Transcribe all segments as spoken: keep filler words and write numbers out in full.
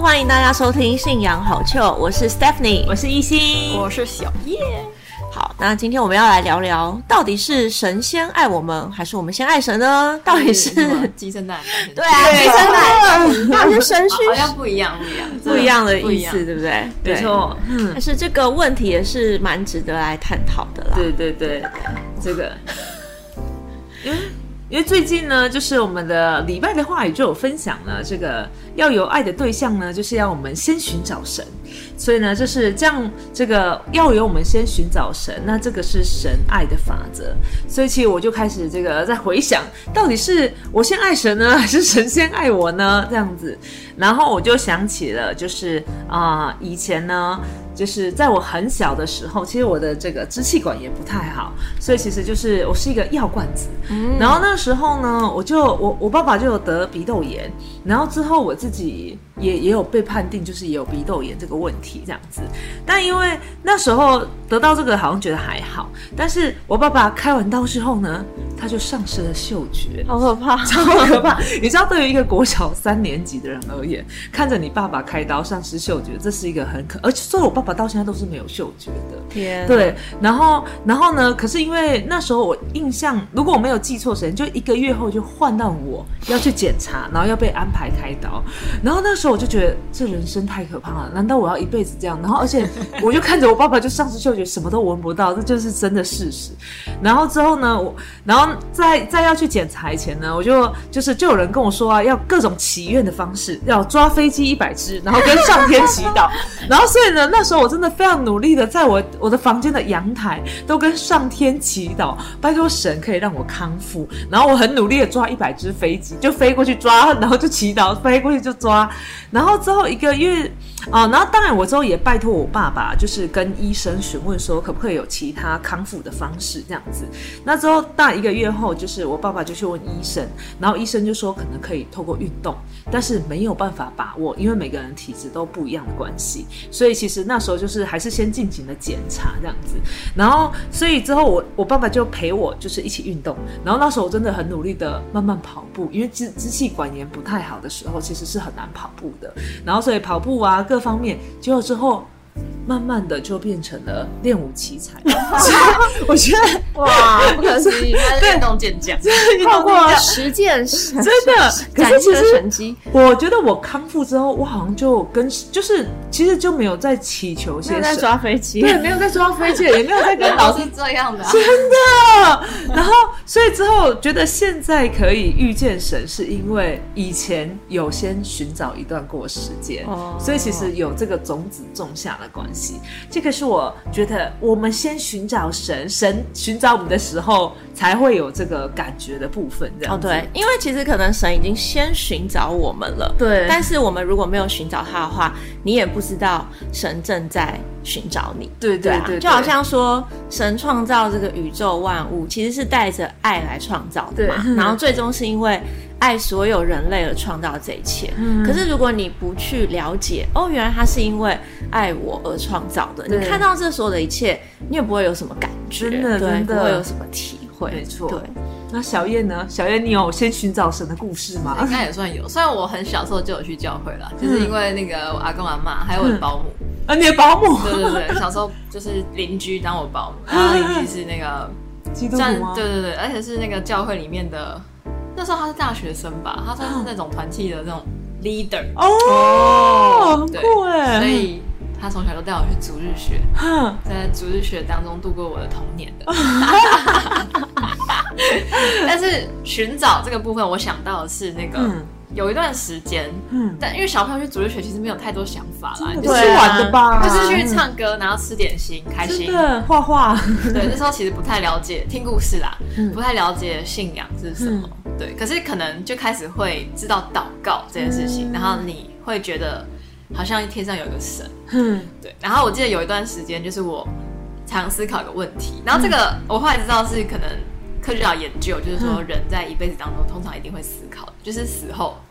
欢迎大家收听信仰好糗，我是 Stephanie， 我是一心， 我是小叶。 好，那今天我们要来聊聊，到底是神先爱我们，还是我们先爱神呢？到底是鸡生蛋？ 对啊，鸡生蛋，到底是神虚？ 好像不一样，不一样， 不一样的意思，对不对？ 没错， 嗯，但是这个问题也是蛮值得来探讨的啦。 对对对，这个，因为因为最近呢，就是我们的礼拜的话语就有分享了，这个要有爱的对象呢，就是要我们先寻找神。所以呢，就是这样，这个要由我们先寻找神，那这个是神爱的法则。所以其实我就开始这个在回想，到底是我先爱神呢，还是神先爱我呢？这样子，然后我就想起了，就是啊、呃，以前呢，就是在我很小的时候，其实我的这个支气管也不太好，所以其实就是我是一个药罐子。嗯、然后那时候呢，我就我我爸爸就有得鼻窦炎，然后之后我自己也也有被判定就是也有鼻窦炎这个问题这样子。但因为那时候得到这个好像觉得还好，但是我爸爸开完刀之后呢，他就丧失了嗅觉， 好可怕， 超可怕！你知道，对于一个国小三年级的人而言，看着你爸爸开刀丧失嗅觉，这是一个很可，而且所以我爸爸到现在都是没有嗅觉的。 天， 对，然后然后呢？可是因为那时候我印象，如果我没有记错时间，就一个月后就换到我要去检查，然后要被安排开刀，然后那时候我就觉得这人生太可怕了，难道我要一辈子这样？然后而且我就看着我爸爸就丧失嗅觉，什么都闻不到，这就是真的事实。然后之后呢，我然后在在要去检查以前呢，我就就是就有人跟我说啊，要各种祈愿的方式，要抓飞机一百只，然后跟上天祈祷。然后所以呢，那时候我真的非常努力的在我我的房间的阳台都跟上天祈祷，拜托神可以让我康复。然后我很努力的抓一百只飞机，就飞过去抓，然后就祈祷，飞过去就抓。然后之后一个月啊、呃，然后当然我之后也拜托我爸爸，就是跟医生询问说可不可以有其他康复的方式这样子。那之后大一个月后，就是我爸爸就去问医生，然后医生就说可能可以透过运动，但是没有办法把握，因为每个人体质都不一样的关系，所以其实那时候就是还是先进行了检查这样子。然后所以之后我我爸爸就陪我就是一起运动，然后那时候我真的很努力的慢慢跑步，因为支支气管炎不太好的时候，其实是很难跑步的。然后所以跑步啊各方面，结果之后慢慢的就变成了练武奇才。我觉得哇，不可思议，他是运动健将， 透过实践真的展示成绩。 我觉得我康复之后，我好像就跟就是其实就没有再祈求些什么， 没有在抓飞机， 对，没有在抓飞机，也没有在跟老师是这样的、啊， 真的。然后所以之后觉得现在可以遇见神，是因为以前有先寻找一段过时间，哦、所以其实有这个种子种下的关系。这个是我觉得我们先寻找神，神寻找我们的时候才会有这个感觉的部分，这样子。 哦，对，因为其实可能神已经先寻找我们了， 对。 但是我们如果没有寻找他的话，你也不知道神正在寻找你。 对对 对, 对, 对， 就好像说神创造这个宇宙万物，其实是带着爱来创造的嘛。然后最终是因为爱所有人类而创造这一切。嗯、可是如果你不去了解，哦，原来他是因为爱我而创造的，你看到这所有的一切，你也不会有什么感觉， 真的， 对， 真的不会有什么体会。 没错， 对。 那小叶呢？小叶，你有先寻找神的故事吗？ 应该也算有，虽然我很小时候就有去教会了，就是因为那个我阿公阿嬷还有我的保姆。 啊，你的保姆？ 对对对，小时候就是邻居当我保姆，然后邻居是那个基督徒吗？ 对对对，而且是那个教会里面的，那时候他是大学生吧，他算是那种团契的那种 leader。 哦，很酷哎！ 所以他从小就带我去主日学，在主日学当中度过我的童年的。但是寻找这个部分，我想到的是那个。嗯，有一段时间，嗯，但因为小朋友去主日学其实没有太多想法啦， 就是去玩的吧， 就是去唱歌，然后吃点心，开心， 真的画画。 对，那时候其实不太了解，听故事啦，嗯、不太了解信仰是什么。嗯、对，可是可能就开始会知道祷告这件事情，嗯、然后你会觉得好像天上有一个神，嗯，对。然后我记得有一段时间，就是我常思考一个问题，然后这个我后来知道是可能。科学家研究就是说，人在一辈子当中通常一定会思考，就是死后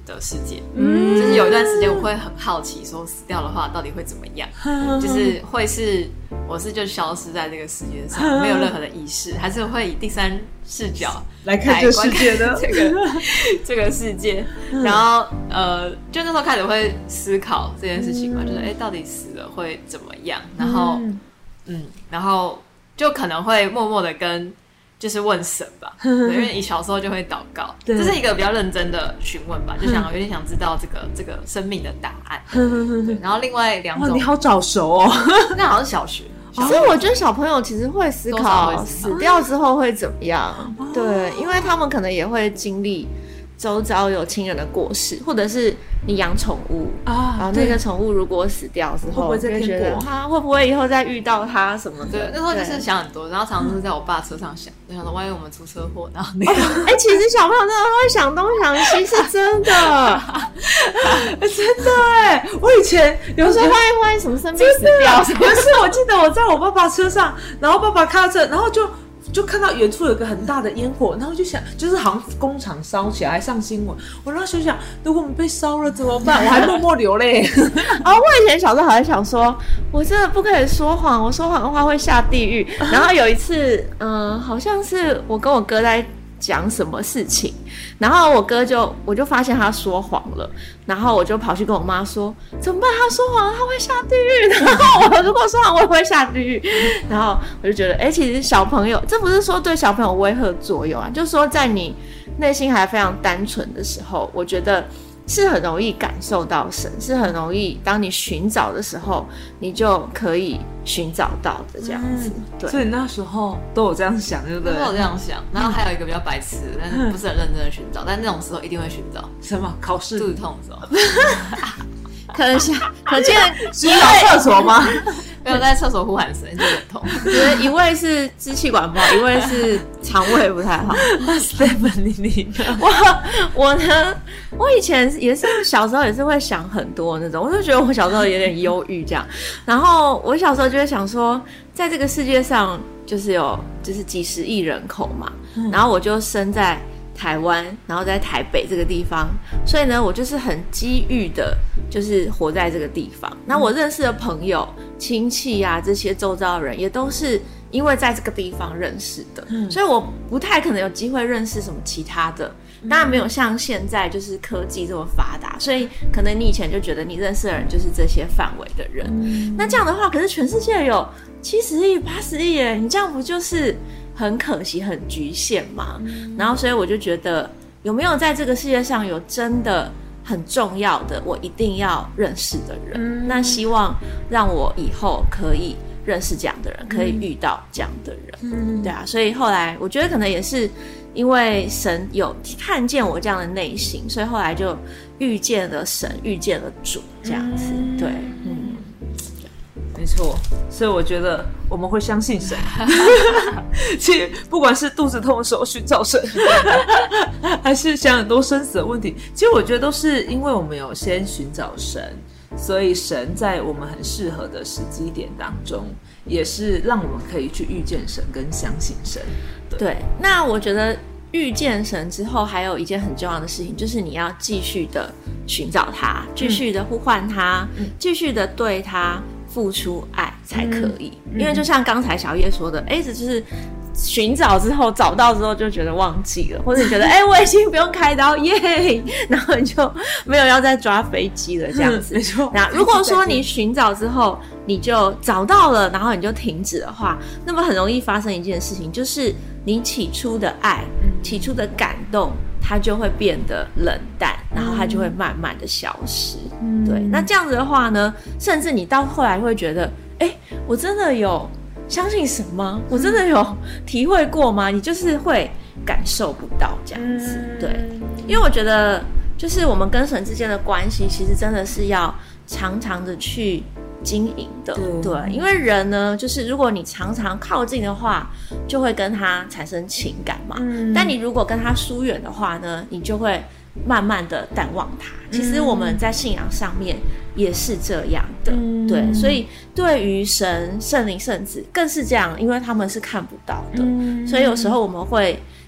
的世界，嗯，就是有一段时间我会很好奇，说死掉的话到底会怎么样，嗯、就是会是我是就消失在这个世界上，没有任何的意识，还是会以第三视角来看这世界的这个这个世界，然后呃，就那时候开始会思考这件事情嘛，嗯、就是哎、欸，到底死了会怎么样？然后嗯, 嗯，然后就可能会默默的跟。就是问神吧，对，因为你小时候就会祷告，这是一个比较认真的询问吧，就想有点想知道这个这个生命的答案。对，然后另外两种， 哇，你好早熟哦， 那好像是小学。 可是我觉得小朋友其实会思考死掉之后会怎么样，哦、对，因为他们可能也会经历周遭有亲人的过世，或者是你养宠物啊，然后那个宠物如果死掉之后， 会不会在天国？ 他会不会以后再遇到他什么的？ 对，那时候就是想很多，然后常常都是在我爸车上想，就想说万一我们出车祸，然后那个， 哎、欸，其实小朋友真的会想东想西，是真的， 真的哎！我以前有时候万一万一什么生病死掉， 有是我记得我在我爸爸车上，然后爸爸开车，然后就。就看到远处有个很大的烟火，然后就想，就是好像工厂烧起来，还上新闻。我然后就想，如果我们被烧了怎么办？我还默默流泪。 哦，我以前小时候还想说，我真的不可以说谎，我说谎的话会下地狱。然后有一次，嗯、呃，好像是我跟我哥在讲什么事情，然后我哥就我就发现他说谎了，然后我就跑去跟我妈说怎么办？他说谎了，他会下地狱。然后我如果说谎，我也会下地狱。然后我就觉得，哎、欸，其实小朋友，这不是说对小朋友威吓作用啊，就是说在你内心还非常单纯的时候，我觉得是很容易感受到神，是很容易当你寻找的时候，你就可以寻找到的这样子。嗯、对， 所以那时候都有这样想，对不对？ 都有这样想。然后还有一个比较白痴，但是不是很认真的寻找，但那种时候一定会寻找。 什么？考试肚子痛的时候。 可能可见洗澡厕所吗？ 没有在厕所呼喊声就很痛。 一位是支气管不好，一位是肠胃不太好。 那 Stephanie 你呢？ 我我呢？我以前也是小时候也是会想很多那种，我就觉得我小时候有点忧郁这样。然后我小时候就会想说，在这个世界上就是有就是几十亿人口嘛，嗯、然后我就生在台湾，然后在台北这个地方，所以呢，我就是很机遇的，就是活在这个地方。那我认识的朋友、亲戚啊，这些周遭的人，也都是因为在这个地方认识的，嗯、所以我不太可能有机会认识什么其他的。当然没有像现在就是科技这么发达，所以可能你以前就觉得你认识的人就是这些范围的人。嗯、那这样的话，可是全世界有七十亿、八十亿耶，你这样不就是很可惜、很局限嘛？嗯、然后，所以我就觉得，有没有在这个世界上有真的很重要的，我一定要认识的人？嗯、那希望让我以后可以认识这样的人，可以遇到这样的人。嗯、对啊，所以后来我觉得可能也是因为神有看见我这样的内心，所以后来就遇见了神，遇见了主，这样子。嗯、对，嗯。 没错，所以我觉得我们会相信神。其实不管是肚子痛的时候寻找神，还是想很多生死的问题，其实我觉得都是因为我们有先寻找神，所以神在我们很适合的时机点当中，也是让我们可以去遇见神跟相信神。 对, 对，那我觉得遇见神之后还有一件很重要的事情，就是你要继续的寻找他，继续的呼唤他，嗯、继续的对他付出爱才可以。嗯、因为就像刚才小叶说的，哎、欸，就是寻找之后找到之后就觉得忘记了，或者你觉得哎、欸、我已经不用开刀耶，然后你就没有要再抓飞机了这样子。 嗯、没错。 那如果说你寻找之后你就找到了，然后你就停止的话，那么很容易发生一件事情，就是你起初的爱、嗯、起初的感动，它就会变得冷淡，然后它就会慢慢的消失。嗯、对，那这样子的话呢，甚至你到后来会觉得，哎、欸，我真的有相信神吗？我真的有体会过吗？你就是会感受不到这样子。对，因为我觉得就是我们跟神之间的关系，其实真的是要常常的去经营的。 对, 对，因为人呢，就是如果你常常靠近的话，就会跟他产生情感嘛。嗯、但你如果跟他疏远的话呢，你就会慢慢的淡忘他。其实我们在信仰上面也是这样的。嗯、对，所以对于神、圣灵、圣子更是这样，因为他们是看不到的。嗯、所以有时候我们会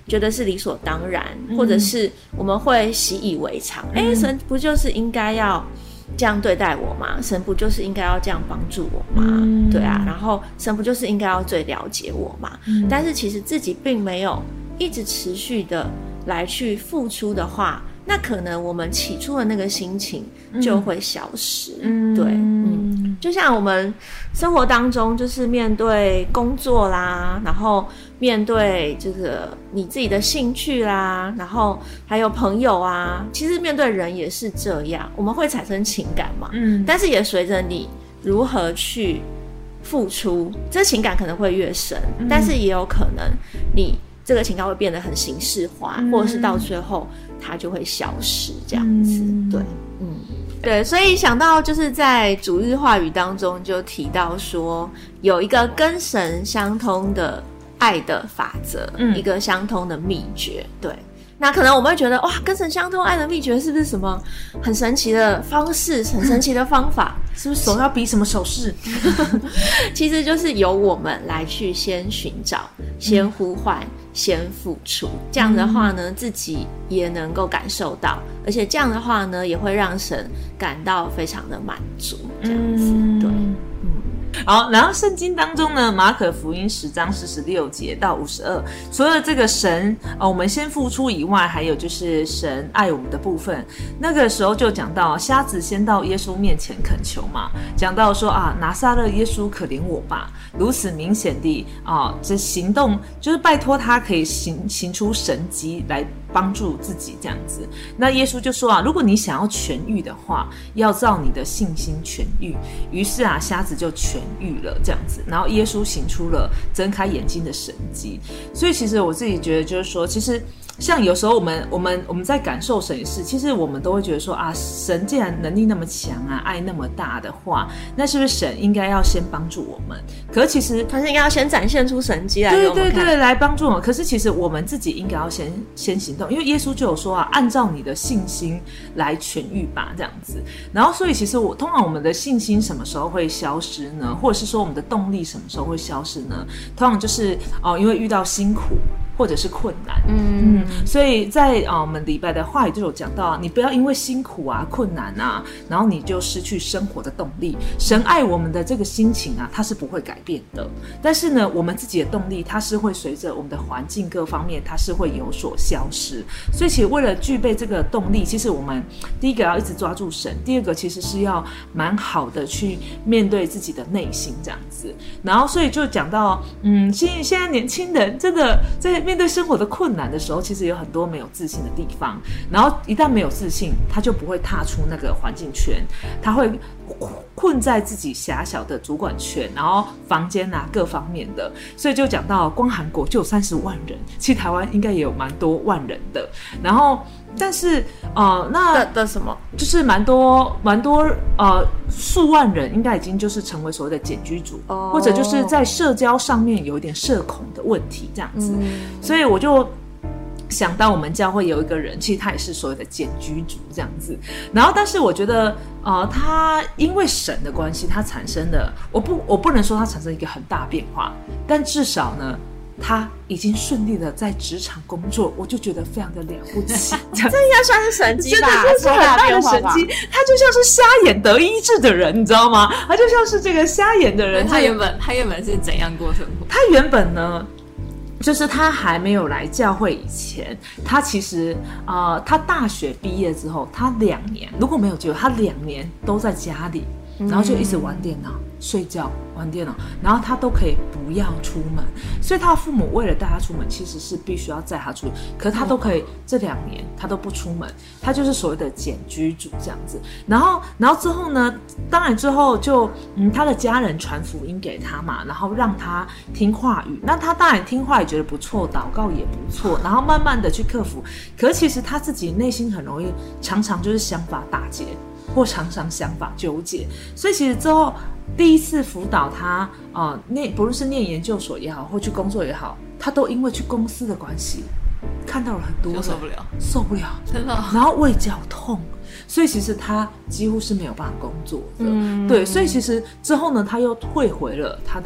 觉得是理所当然，嗯、或者是我们会习以为常。哎、嗯，神不就是应该要这样对待我吗？神不就是应该要这样帮助我吗？嗯、对啊，然后神不就是应该要最了解我吗？嗯、但是其实自己并没有一直持续的来去付出的话，那可能我们起初的那个心情就会消失。嗯、对，嗯，就像我们生活当中，就是面对工作啦，然后面对这个你自己的兴趣啦，然后还有朋友啊，其实面对人也是这样，我们会产生情感嘛，嗯，但是也随着你如何去付出，这情感可能会越深，嗯、但是也有可能你这个情感会变得很形式化，嗯、或者是到最后它就会消失，这样子，嗯、对，嗯。对，所以想到就是在主日话语当中就提到说，有一个跟神相通的爱的法则，嗯、一个相通的秘诀。对，那可能我们会觉得，哇，跟神相通爱的秘诀是不是什么很神奇的方式，很神奇的方法？ 是不是手要比什么手势？ 其实就是由我们来去先寻找，先呼唤。嗯先付出，这样的话呢，自己也能够感受到，而且这样的话呢，也会让神感到非常的满足，这样子，嗯、对，嗯。 好，然后圣经当中呢，马可福音十章四十六节到五十二，除了这个神、呃、我们先付出以外，还有就是神爱我们的部分。那个时候就讲到瞎子先到耶稣面前恳求嘛，讲到说啊，拿撒勒耶稣可怜我吧，如此明显地啊，这行动就是拜托他可以行行出神迹来帮助自己这样子。那耶稣就说啊，如果你想要痊愈的话，要照你的信心痊愈。于是啊，瞎子就痊愈了这样子，然后耶稣行出了睁开眼睛的神迹。所以其实我自己觉得就是说，其实像有时候我们我们我们在感受神的事，其实我们都会觉得说啊，神既然能力那么强啊，爱那么大的话，那是不是神应该要先帮助我们？可是其实他是应该要先展现出神迹来给我们看， 对对对，来帮助我们。可是其实我们自己应该要先先行动，因为耶稣就有说啊，按照你的信心来痊愈吧，这样子。然后所以其实我通常我们的信心什么时候会消失呢？或者是说我们的动力什么时候会消失呢？通常就是哦、呃，因为遇到辛苦或者是困难，嗯嗯，所以在啊、呃、我们礼拜的话语就有讲到啊，你不要因为辛苦啊、困难啊，然后你就失去生活的动力。神爱我们的这个心情啊，它是不会改变的，但是呢，我们自己的动力它是会随着我们的环境各方面，它是会有所消失。所以其实为了具备这个动力，其实我们第一个要一直抓住神，第二个其实是要蛮好的去面对自己的内心这样子。然后所以就讲到，嗯，现现在年轻人真的在面对生活的困难的时候，其实有很多没有自信的地方，然后一旦没有自信，他就不会踏出那个环境圈，他会困在自己狭小的主管圈，然后房间啊各方面的。所以就讲到光韩国就有三十万人，其实台湾应该也有蛮多万人的，然后但是呃那的的什么就是蛮多蛮多呃数万人应该已经就是成为所谓的简居族，哦、或者就是在社交上面有一点社恐的问题这样子，嗯、所以我就想到我们教会有一个人，其实他也是所谓的简居族这样子，然后但是我觉得呃，他因为神的关系，他产生的我不我不能说他产生一个很大变化，但至少呢他已经顺利的在职场工作，我就觉得非常的了不起。 这应该算是神迹吧， 真的是很大的神迹。他就像是瞎眼得医治的人，你知道吗？他就像是这个瞎眼的人。 他原本他原本是怎样过生活？ 他原本呢，就是他还没有来教会以前，他其实呃，他大学毕业之后，他两年如果没有记错，他两年都在家里，然后就一直玩电脑。嗯睡觉玩电脑，然后他都可以不要出门，所以他的父母为了带他出门，其实是必须要载他出去，可是他都可以这两年他都不出门，他就是所谓的简居族这样子。然后，然后之后呢，当然之后就嗯，他的家人传福音给他嘛，然后让他听话语，那他当然听话语觉得不错，祷告也不错，然后慢慢的去克服。可是其实他自己内心很容易，常常就是想法打结，或常常想法纠结，所以其实之后。第一次辅导他，呃，念不论是念研究所也好，或去工作也好，他都因为去公司的关系，看到了很多人受不了， 受不了， 真的， 然后胃绞痛，所以其实他几乎是没有办法工作的，嗯，对，所以其实之后呢，他又退回了他的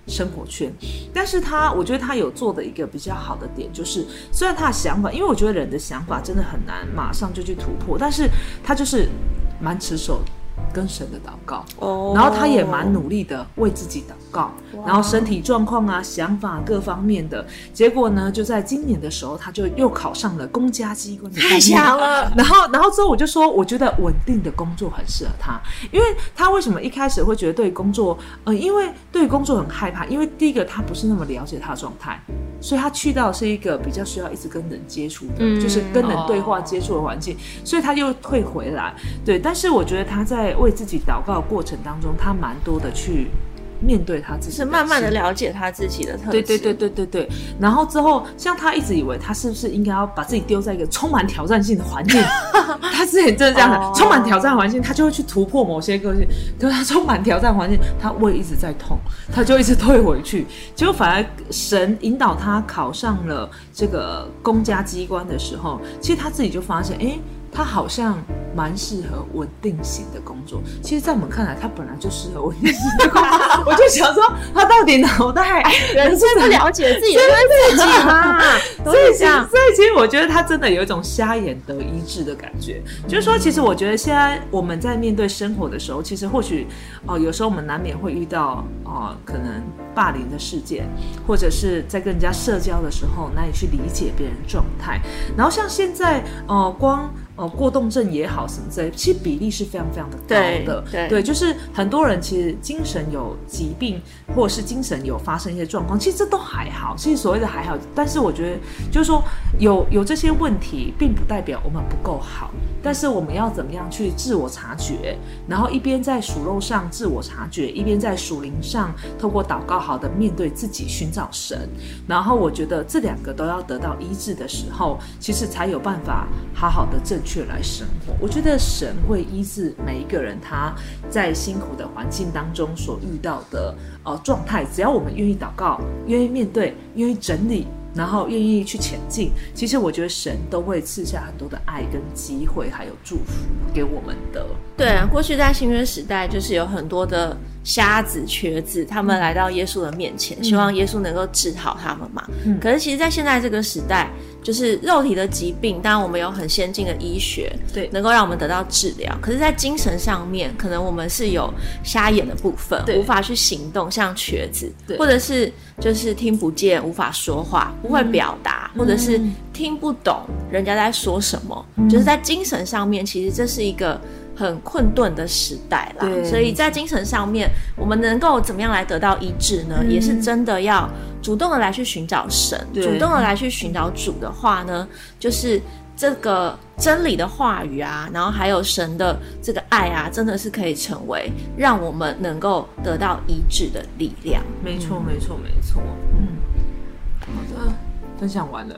生活圈。但是他我觉得他有做的一个比较好的点，就是虽然他的想法，因为我觉得人的想法真的很难马上就去突破，但是他就是蛮持守跟神的祷告、oh. 然后他也蛮努力的为自己祷告、wow. 然后身体状况啊想法各方面的，结果呢就在今年的时候他就又考上了公家机关的， 太强了。 然后然后之后我就说我觉得稳定的工作很适合他，因为他为什么一开始会觉得对工作呃，因为对工作很害怕，因为第一个他不是那么了解他的状态，所以他去到是一个比较需要一直跟人接触的、嗯、就是跟人对话接触的环境、哦、所以他又退回来。对，但是我觉得他在为自己祷告的过程当中，他蛮多的去面对他自己， 是慢慢的了解他自己的特质。 对对对对对对。然后之后，像他一直以为他是不是应该要把自己丢在一个充满挑战性的环境？他之前真的这样的，哦、充满挑战环境，他就会去突破某些个性。可是他充满挑战环境，他胃一直在痛，他就一直退回去。结果反而神引导他考上了这个公家机关的时候，其实他自己就发现，哎。他好像蛮适合稳定型的工作，其实在我们看来他本来就适合稳定型的工作。我就想说他到底脑袋人真的了解自己的自己吗？ 所以这样，所以其实我觉得他真的有一种瞎眼得医治的感觉，就是说其实我觉得现在我们在面对生活的时候，其实或许、呃、有时候我们难免会遇到、呃、可能霸凌的事件，或者是在跟人家社交的时候难以去理解别人的状态，然后像现在呃光呃，过动症也好什么之类，其实比例是非常非常的高的。 对, 对, 对，就是很多人其实精神有疾病，或者是精神有发生一些状况，其实这都还好，其实所谓的还好，但是我觉得就是说有有这些问题并不代表我们不够好，但是我们要怎么样去自我察觉，然后一边在属肉上自我察觉，一边在属灵上透过祷告好的面对自己，寻找神，然后我觉得这两个都要得到医治的时候，其实才有办法好好的正确来生活。我觉得神会医治每一个人他在辛苦的环境当中所遇到的呃状态，只要我们愿意祷告，愿意面对，愿意整理，然后愿意去前进，其实我觉得神都会赐下很多的爱跟机会还有祝福给我们的。 对啊，过去在新约时代就是有很多的瞎子瘸子，他们来到耶稣的面前、嗯、希望耶稣能够治好他们嘛、嗯、可是其实在现在这个时代，就是肉体的疾病当然我们有很先进的医学，对，能够让我们得到治疗，可是在精神上面可能我们是有瞎眼的部分，无法去行动，像瘸子，或者是就是听不见，无法说话，不会表达、嗯、或者是听不懂人家在说什么、嗯、就是在精神上面其实这是一个很困顿的时代啦，所以在精神上面我们能够怎么样来得到医治呢、嗯、也是真的要主动的来去寻找神，主动的来去寻找主的话呢，就是这个真理的话语啊，然后还有神的这个爱啊，真的是可以成为让我们能够得到医治的力量。 没错、嗯、没错没错。嗯，好的，分享完了。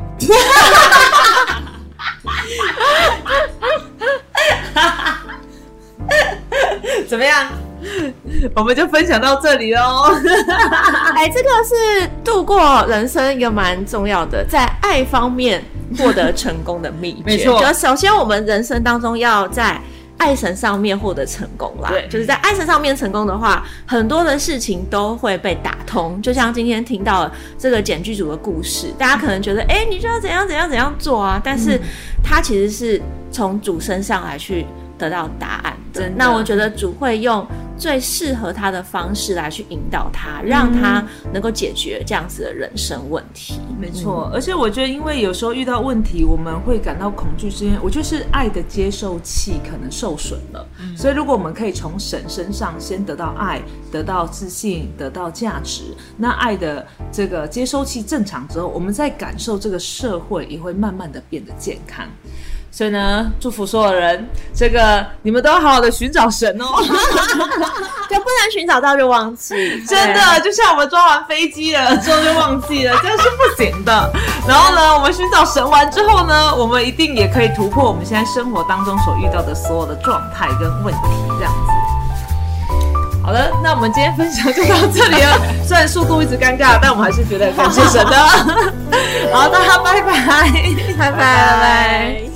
怎么样？我们就分享到这里咯。 哎，这个是度过人生一个蛮重要的，在爱方面获得成功的秘诀。没错，就首先我们人生当中要在爱神上面获得成功啦。对，就是在爱神上面成功的话，很多的事情都会被打通。就像今天听到这个简剧组的故事，大家可能觉得，哎、欸，你就要怎样怎样怎样做啊？但是他其实是从主身上来去得到答案的。那我觉得主会用最适合他的方式来去引导他，让他能够解决这样子的人生问题。 没错、嗯、而且我觉得因为有时候遇到问题我们会感到恐惧之间，我觉得是爱的接受器可能受损了、嗯、所以如果我们可以从神身上先得到爱，得到自信，得到价值，那爱的这个接收器正常之后，我们在感受这个社会也会慢慢的变得健康。所以呢，祝福所有人，这个你们都要好好的寻找神哦， 就不能寻找到就忘记， 真的，就像我们抓完飞机了之后就忘记了，这样是不行的。然后呢，我们寻找神完之后呢，我们一定也可以突破我们现在生活当中所遇到的所有的状态跟问题，这样子。好了，那我们今天分享就到这里了。虽然速度一直尴尬，但我们还是觉得感谢神的。好，大家拜拜， 拜拜，拜拜。